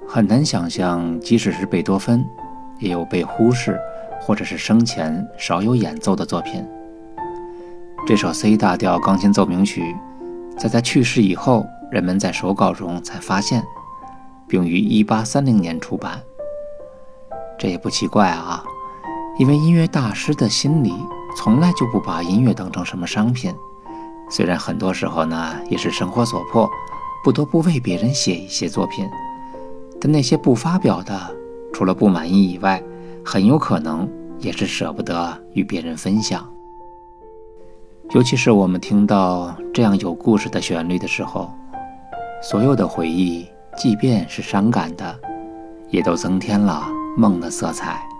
很难想象，即使是贝多芬，也有被忽视或者是生前少有演奏的作品。这首 C 大调钢琴奏鸣曲，在他去世以后，人们在手稿中才发现，并于1830年出版。这也不奇怪啊，因为音乐大师的心里从来就不把音乐当成什么商品，虽然很多时候呢，也是生活所迫，不得不为别人写一些作品，但那些不发表的，除了不满意以外，很有可能也是舍不得与别人分享。尤其是我们听到这样有故事的旋律的时候，所有的回忆，即便是伤感的，也都增添了梦的色彩。